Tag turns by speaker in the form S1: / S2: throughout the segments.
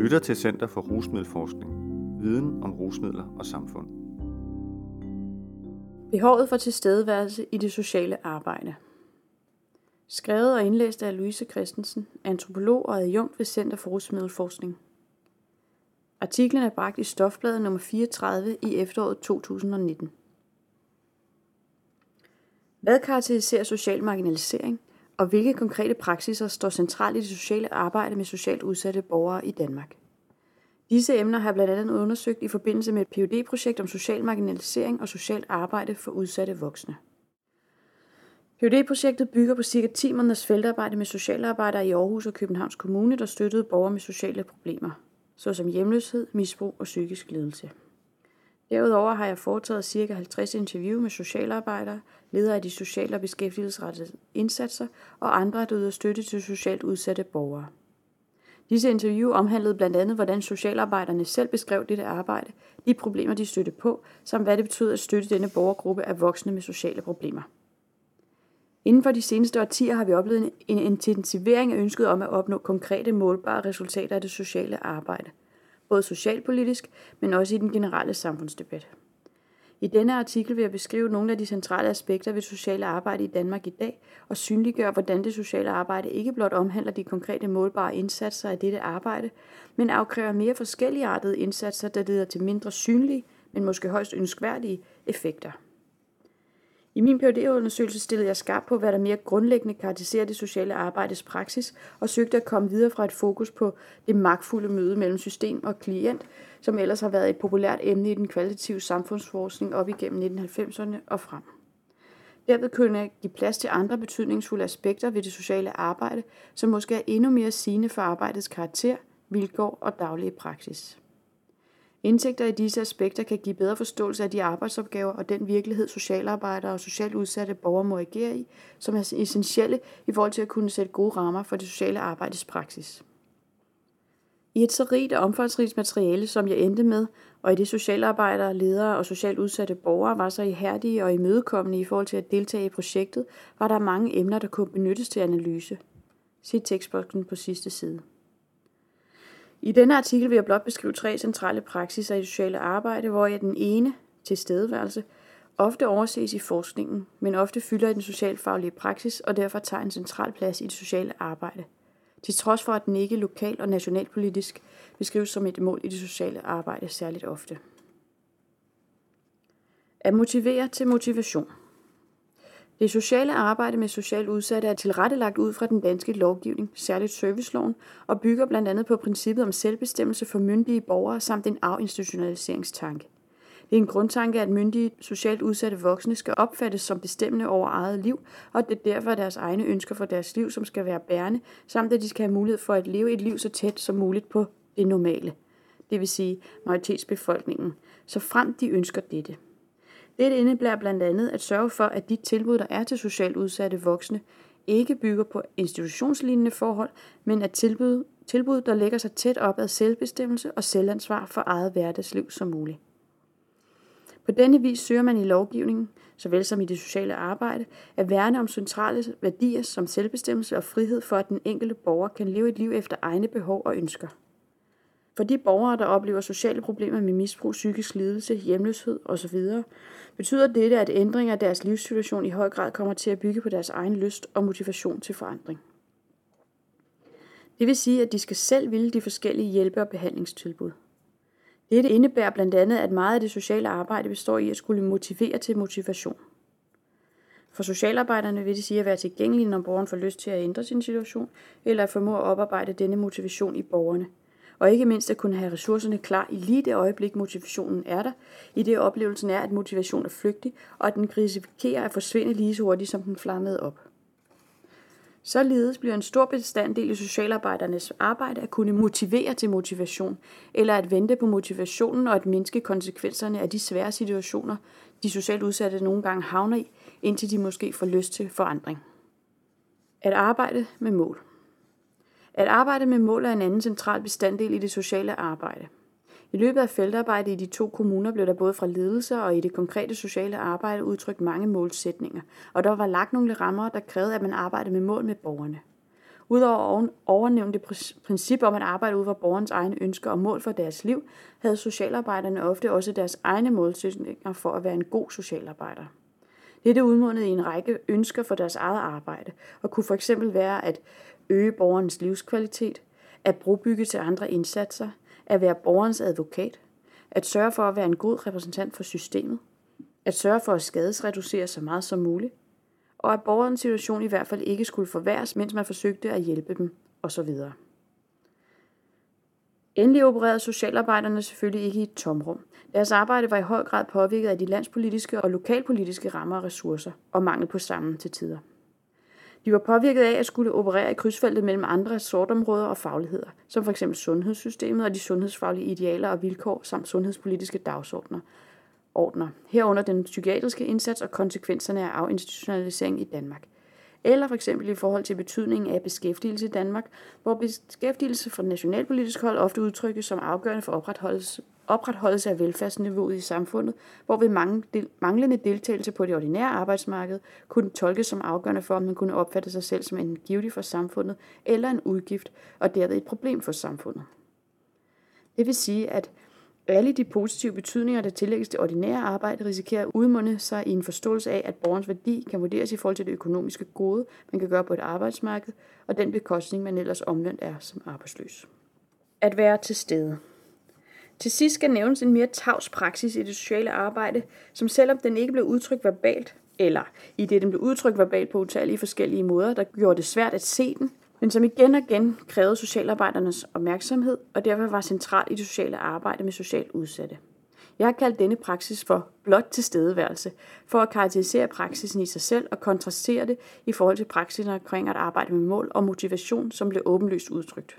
S1: lytter til Center for Rusmiddelforskning. Viden om rusmidler og samfund.
S2: Behovet for tilstedeværelse i det sociale arbejde. Skrevet og indlæst af Louise Christensen, antropolog og adjunkt ved Center for Rusmiddelforskning. Artiklen er bragt i Stofbladet nummer 34 i efteråret 2019. Hvad karakteriserer social marginalisering, og hvilke konkrete praksiser står centralt i det sociale arbejde med socialt udsatte borgere i Danmark? Disse emner har blandt andet undersøgt i forbindelse med et Ph.D.-projekt om social marginalisering og socialt arbejde for udsatte voksne. Ph.D.-projektet bygger på ca. 10 måneders feltarbejde med socialarbejdere i Aarhus og Københavns Kommune, der støttede borgere med sociale problemer, såsom hjemløshed, misbrug og psykisk lidelse. Derudover har jeg foretaget ca. 50 interview med socialarbejdere, ledere af de sociale og beskæftigelsesrettede indsatser og andre, der yder støtte til socialt udsatte borgere. Disse interview omhandlede blandt andet, hvordan socialarbejderne selv beskrev dette arbejde, de problemer, de stødte på, samt hvad det betød at støtte denne borgergruppe af voksne med sociale problemer. Inden for de seneste årtier har vi oplevet en intensivering af ønsket om at opnå konkrete, målbare resultater af det sociale arbejde, både socialpolitisk, men også i den generelle samfundsdebat. I denne artikel vil jeg beskrive nogle af de centrale aspekter ved det sociale arbejde i Danmark i dag, og synliggøre, hvordan det sociale arbejde ikke blot omhandler de konkrete målbare indsatser af dette arbejde, men afkræver mere forskelligartede indsatser, der leder til mindre synlige, men måske højst ønskværdige effekter. I min Ph.D.-undersøgelse stillede jeg skarpt på, hvad der mere grundlæggende karakteriserer det sociale arbejdes praksis, og søgte at komme videre fra et fokus på det magtfulde møde mellem system og klient, som ellers har været et populært emne i den kvalitative samfundsforskning op igennem 1990'erne og frem. Derved kunne jeg give plads til andre betydningsfulde aspekter ved det sociale arbejde, som måske er endnu mere sigende for arbejdets karakter, vilkår og daglige praksis. Indsigter i disse aspekter kan give bedre forståelse af de arbejdsopgaver og den virkelighed, socialarbejdere og socialt udsatte borgere må agere i, som er essentielle i forhold til at kunne sætte gode rammer for det sociale arbejdes praksis. I et så rigt og omfangsrigt materiale, som jeg endte med, og i det socialarbejdere, ledere og socialt udsatte borgere var så ihærdige og imødekommende i forhold til at deltage i projektet, var der mange emner, der kunne benyttes til analyse. Se tekstboksen på sidste side. I denne artikel vil jeg blot beskrive 3 centrale praksiser i det sociale arbejde, hvor den ene, tilstedeværelse, ofte overses i forskningen, men ofte fylder i den socialfaglige praksis og derfor tager en central plads i det sociale arbejde, til trods for at den ikke lokal- og nationalpolitisk beskrives som et mål i det sociale arbejde særligt ofte. At motivere til motivation. Det sociale arbejde med socialt udsatte er tilrettelagt ud fra den danske lovgivning, særligt serviceloven, og bygger blandt andet på princippet om selvbestemmelse for myndige borgere samt en afinstitutionaliseringstanke. Det er en grundtanke, at myndige socialt udsatte voksne skal opfattes som bestemmende over eget liv, og at det derfor er deres egne ønsker for deres liv, som skal være bærende, samt at de skal have mulighed for at leve et liv så tæt som muligt på det normale, det vil sige majoritetsbefolkningen, så frem de ønsker dette. Dette indebærer blandt andet at sørge for, at de tilbud, der er til socialt udsatte voksne, ikke bygger på institutionslignende forhold, men at tilbud, der lægger sig tæt op ad selvbestemmelse og selvansvar for eget hverdagsliv som muligt. På denne vis søger man i lovgivningen, såvel som i det sociale arbejde, at værne om centrale værdier som selvbestemmelse og frihed for, at den enkelte borger kan leve et liv efter egne behov og ønsker. For de borgere, der oplever sociale problemer med misbrug, psykisk lidelse, hjemløshed osv., betyder dette, at ændringer af deres livssituation i høj grad kommer til at bygge på deres egen lyst og motivation til forandring. Det vil sige, at de skal selv ville de forskellige hjælpe- og behandlingstilbud. Dette indebærer blandt andet, at meget af det sociale arbejde består i at skulle motivere til motivation. For socialarbejderne vil det sige at være tilgængelige, når borgeren får lyst til at ændre sin situation, eller at formå at oparbejde denne motivation i borgerne. Og ikke mindst at kunne have ressourcerne klar i lige det øjeblik, motivationen er der, i det oplevelsen er, at motivation er flygtig, og at den risikerer at forsvinde lige så hurtigt, som den flammede op. Således bliver en stor bestanddel i socialarbejdernes arbejde at kunne motivere til motivation, eller at vente på motivationen og at mindske konsekvenserne af de svære situationer, de socialt udsatte nogle gange havner i, indtil de måske får lyst til forandring. At arbejde med mål. At arbejde med mål er en anden central bestanddel i det sociale arbejde. I løbet af feltarbejdet i de 2 kommuner blev der både fra ledelser og i det konkrete sociale arbejde udtrykt mange målsætninger, og der var lagt nogle rammer, der krævede, at man arbejdede med mål med borgerne. Udover overnævnte princip om at arbejde ud fra borgerens egne ønsker og mål for deres liv, havde socialarbejderne ofte også deres egne målsætninger for at være en god socialarbejder. Dette udmundede i en række ønsker for deres eget arbejde, og kunne for eksempel være at øge borgerens livskvalitet, at brobygge til andre indsatser, at være borgerens advokat, at sørge for at være en god repræsentant for systemet, at sørge for at skadesreducere så meget som muligt, og at borgerens situation i hvert fald ikke skulle forværres, mens man forsøgte at hjælpe dem, osv. Endelig opererede socialarbejderne selvfølgelig ikke i et tomrum. Deres arbejde var i høj grad påvirket af de landspolitiske og lokalpolitiske rammer og ressourcer, og mangel på sammen til tider. De var påvirket af at skulle operere i krydsfeltet mellem andre ressortområder og fagligheder, som f.eks. sundhedssystemet og de sundhedsfaglige idealer og vilkår samt sundhedspolitiske dagsordner, herunder den psykiatriske indsats og konsekvenserne af afinstitutionalisering i Danmark. Eller f.eks. i forhold til betydningen af beskæftigelse i Danmark, hvor beskæftigelse fra nationalpolitisk hold ofte udtrykkes som afgørende for opretholdelse af velfærdsniveauet i samfundet, hvor ved manglende deltagelse på det ordinære arbejdsmarked kunne tolkes som afgørende for, om man kunne opfatte sig selv som en givtig for samfundet eller en udgift, og derved et problem for samfundet. Det vil sige, at alle de positive betydninger, der tillægges det ordinære arbejde, risikerer at udmunde sig i en forståelse af, at borgerens værdi kan vurderes i forhold til det økonomiske gode, man kan gøre på et arbejdsmarked, og den bekostning, man ellers omvendt er som arbejdsløs. At være til stede. Til sidst skal nævnes en mere tavs praksis i det sociale arbejde, som selvom den ikke blev udtrykt verbalt, eller i det den blev udtrykt verbalt på utallige forskellige måder, der gjorde det svært at se den, men som igen og igen krævede socialarbejdernes opmærksomhed, og derfor var central i det sociale arbejde med socialt udsatte. Jeg har kaldt denne praksis for blot tilstedeværelse, for at karakterisere praksisen i sig selv og kontrastere det i forhold til praksisen omkring at arbejde med mål og motivation, som blev åbenlyst udtrykt.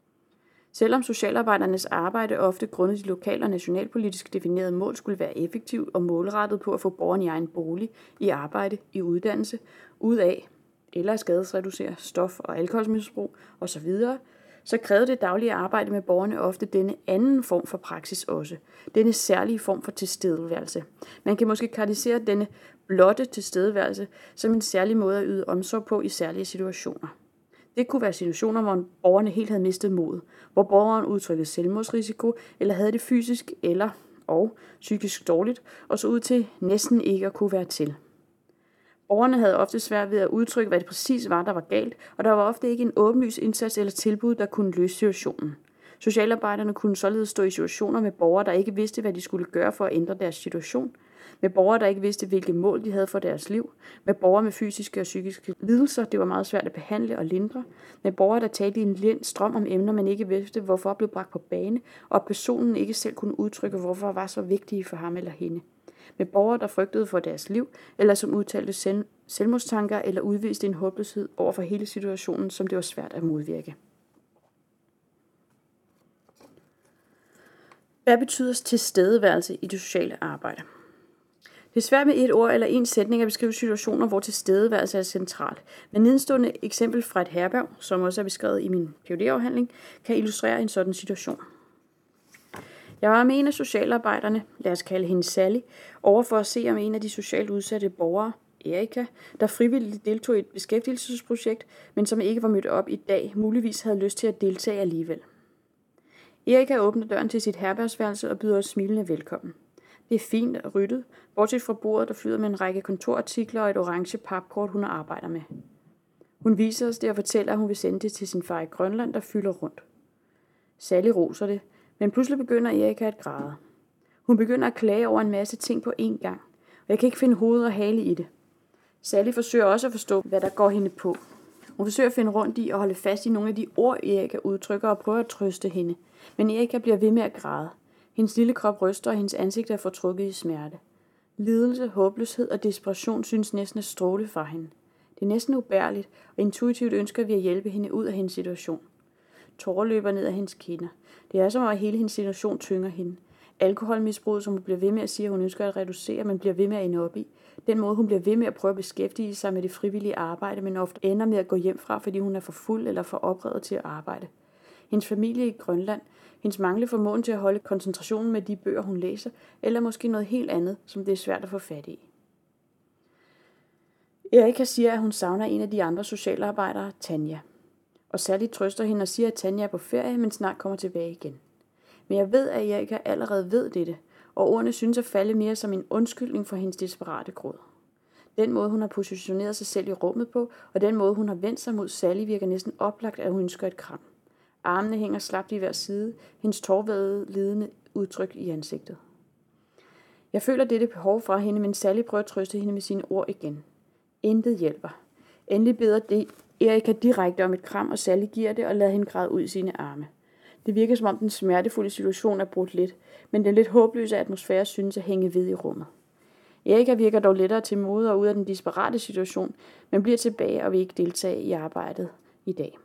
S2: Selvom socialarbejdernes arbejde ofte grundet de lokale og nationalpolitisk definerede mål skulle være effektivt og målrettet på at få borgeren i egen bolig, i arbejde, i uddannelse, ud af eller skadesreducere stof- og alkoholmisbrug osv., så krævede det daglige arbejde med borgerne ofte denne anden form for praksis også, denne særlige form for tilstedeværelse. Man kan måske karakterisere denne blotte tilstedeværelse som en særlig måde at yde omsorg på i særlige situationer. Det kunne være situationer, hvor borgerne helt havde mistet modet, hvor borgeren udtrykkede selvmordsrisiko eller havde det fysisk og psykisk dårligt, og så ud til næsten ikke at kunne være til. Borgerne havde ofte svært ved at udtrykke, hvad det præcis var, der var galt, og der var ofte ikke en åbenlys indsats eller tilbud, der kunne løse situationen. Socialarbejderne kunne således stå i situationer med borgere, der ikke vidste, hvad de skulle gøre for at ændre deres situation, med borgere, der ikke vidste, hvilke mål de havde for deres liv, med borgere med fysiske og psykiske lidelser, det var meget svært at behandle og lindre, med borgere, der talte i en lind strøm om emner, man ikke vidste, hvorfor blev bragt på bane, og personen ikke selv kunne udtrykke, hvorfor var så vigtige for ham eller hende. Med borgere, der frygtede for deres liv, eller som udtalte selvmordstanker eller udviste en håbløshed over for hele situationen, som det var svært at modvirke. Hvad betyder tilstedeværelse i det sociale arbejde? Det er svært med et ord eller en sætning at beskrive situationer, hvor tilstedeværelse er centralt. Men nedenstående eksempel fra et herberg, som også er beskrevet i min PhD-afhandling, kan illustrere en sådan situation. Jeg var med en af socialarbejderne, lad os kalde hende Sally, over for at se om en af de socialt udsatte borgere, Erika, der frivilligt deltog i et beskæftigelsesprojekt, men som ikke var mødt op i dag, muligvis havde lyst til at deltage alligevel. Erika åbner døren til sit herbergsværelse og byder os smilende velkommen. Det er fint og ryddet, bortset fra bordet, der flyder med en række kontorartikler og et orange papkort, hun arbejder med. Hun viser os det og fortæller, at hun vil sende det til sin far i Grønland, der fylder rundt. Sally roser det, men pludselig begynder Erika at græde. Hun begynder at klage over en masse ting på én gang, og jeg kan ikke finde hoved og hale i det. Sally forsøger også at forstå, hvad der går hende på. Hun forsøger at finde rundt i og holde fast i nogle af de ord, Erika udtrykker og prøver at trøste hende. Men Erika bliver ved med at græde. Hendes lille krop ryster, og hendes ansigt er fortrukket i smerte. Lidelse, håbløshed og desperation synes næsten at stråle fra hende. Det er næsten ubærligt, og intuitivt ønsker vi at hjælpe hende ud af hendes situation. Tårer løber ned af hendes kinder. Det er som om, at hele hendes situation tynger hende. Alkoholmisbruget, som hun bliver ved med at sige, at hun ønsker at reducere, men bliver ved med at ende op i. Den måde, hun bliver ved med at prøve at beskæftige sig med det frivillige arbejde, men ofte ender med at gå hjem fra, fordi hun er for fuld eller for oprevet til at arbejde. Hendes familie i Grønland, hendes manglende formåen til at holde koncentrationen med de bøger, hun læser, eller måske noget helt andet, som det er svært at få fat i. Erika siger, at hun savner en af de andre socialarbejdere, Tanja. og særligt trøster hende og siger, at Tanja er på ferie, men snart kommer tilbage igen. Men jeg ved, at Erika allerede ved dette, og ordene synes at falde mere som en undskyldning for hendes desperate gråd. Den måde, hun har positioneret sig selv i rummet på, og den måde, hun har vendt sig mod Sally, virker næsten oplagt, at hun ønsker et kram. Armene hænger slapt i hver side, hendes tårvadede, lidende udtryk i ansigtet. Jeg føler dette behov fra hende, men Sally prøver at trøste hende med sine ord igen. Intet hjælper. Endelig beder Erika direkte om et kram, og Sally giver det og lader hende græde ud i sine arme. Det virker som om den smertefulde situation er brudt lidt, men den lidt håbløse atmosfære synes at hænge ved i rummet. Erika virker dog lettere til mode og ud af den desperate situation, men bliver tilbage og vil ikke deltage i arbejdet i dag.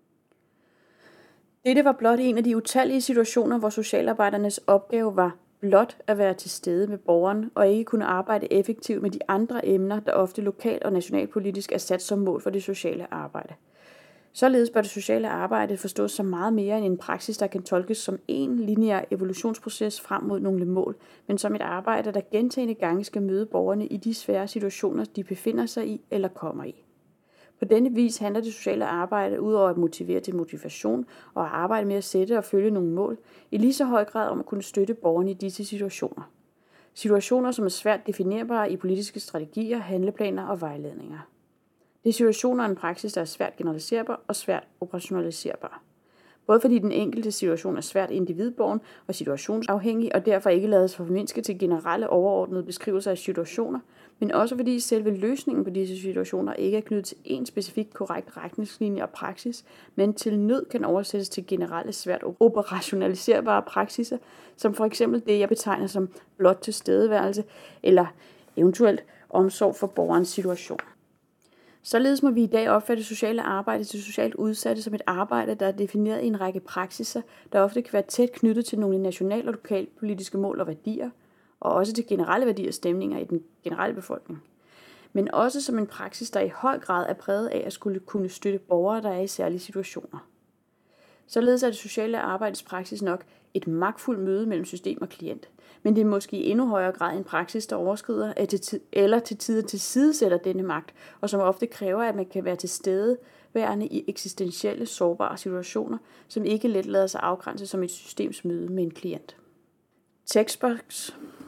S2: Dette var blot en af de utallige situationer, hvor socialarbejdernes opgave var blot at være til stede med borgeren og ikke kunne arbejde effektivt med de andre emner, der ofte lokalt og nationalpolitisk er sat som mål for det sociale arbejde. Således bør det sociale arbejde forstås som meget mere end en praksis, der kan tolkes som en lineær evolutionsproces frem mod nogle mål, men som et arbejde, der gentagne gange skal møde borgerne i de svære situationer, de befinder sig i eller kommer i. På denne vis handler det sociale arbejde udover at motivere til motivation og at arbejde med at sætte og følge nogle mål, i lige så høj grad om at kunne støtte borgerne i disse situationer. Situationer, som er svært definerbare i politiske strategier, handleplaner og vejledninger. Det er situationer og en praksis, der er svært generaliserbar og svært operationaliserbar. Både fordi den enkelte situation er svært individborgen og situationsafhængig og derfor ikke lades formindske til generelle overordnede beskrivelser af situationer, men også fordi selve løsningen på disse situationer ikke er knyttet til en specifik korrekt retningslinje og praksis, men til nød kan oversættes til generelle svært operationaliserbare praksiser, som for eksempel det, jeg betegner som blot tilstedeværelse eller eventuelt omsorg for borgerens situation. Således må vi i dag opfatte sociale arbejde til socialt udsatte som et arbejde, der er defineret i en række praksiser, der ofte kan være tæt knyttet til nogle national- og lokalpolitiske mål og værdier, og også til generelle værdier og stemninger i den generelle befolkning. Men også som en praksis, der i høj grad er præget af at skulle kunne støtte borgere, der er i særlige situationer. Således er det sociale arbejdes praksis nok et magtfuldt møde mellem system og klient, men det er måske i endnu højere grad en praksis, der overskrider eller til tider tilsidesætter denne magt, og som ofte kræver, at man kan være til stedeværende i eksistentielle, sårbare situationer, som ikke let lader sig afgrænse som et systemsmøde med en klient. Tekstbox.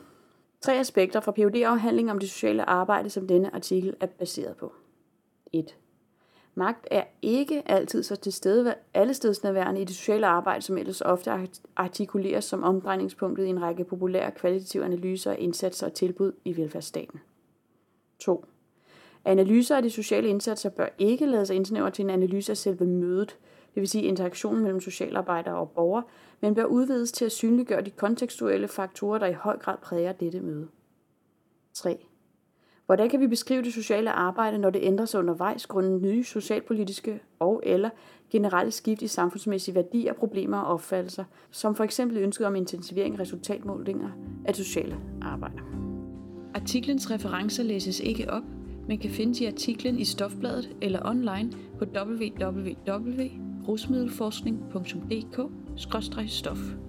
S2: 3 aspekter fra Ph.D.-afhandling om det sociale arbejde, som denne artikel er baseret på. 1. Magt er ikke altid så allestedsnærværende i det sociale arbejde, som ellers ofte artikuleres som omdrejningspunktet i en række populære kvalitative analyser af indsatser og tilbud i velfærdsstaten. 2. Analyser af de sociale indsatser bør ikke lade sig indsnævre til en analyse af selve mødet, det vil sige interaktionen mellem socialarbejdere og borgere, men bør udvides til at synliggøre de kontekstuelle faktorer, der i høj grad præger dette møde. 3. Hvordan kan vi beskrive det sociale arbejde, når det ændrer sig undervejs grundet nye socialpolitiske og eller generelle skift i samfundsmæssige værdier, problemer og opfattelser, som for eksempel ønsket om intensivering af resultatmålinger af det sociale arbejde. Artiklens referencer læses ikke op, men kan findes i artiklen i Stofbladet eller online på www.rusmiddelforskning.dk/stof.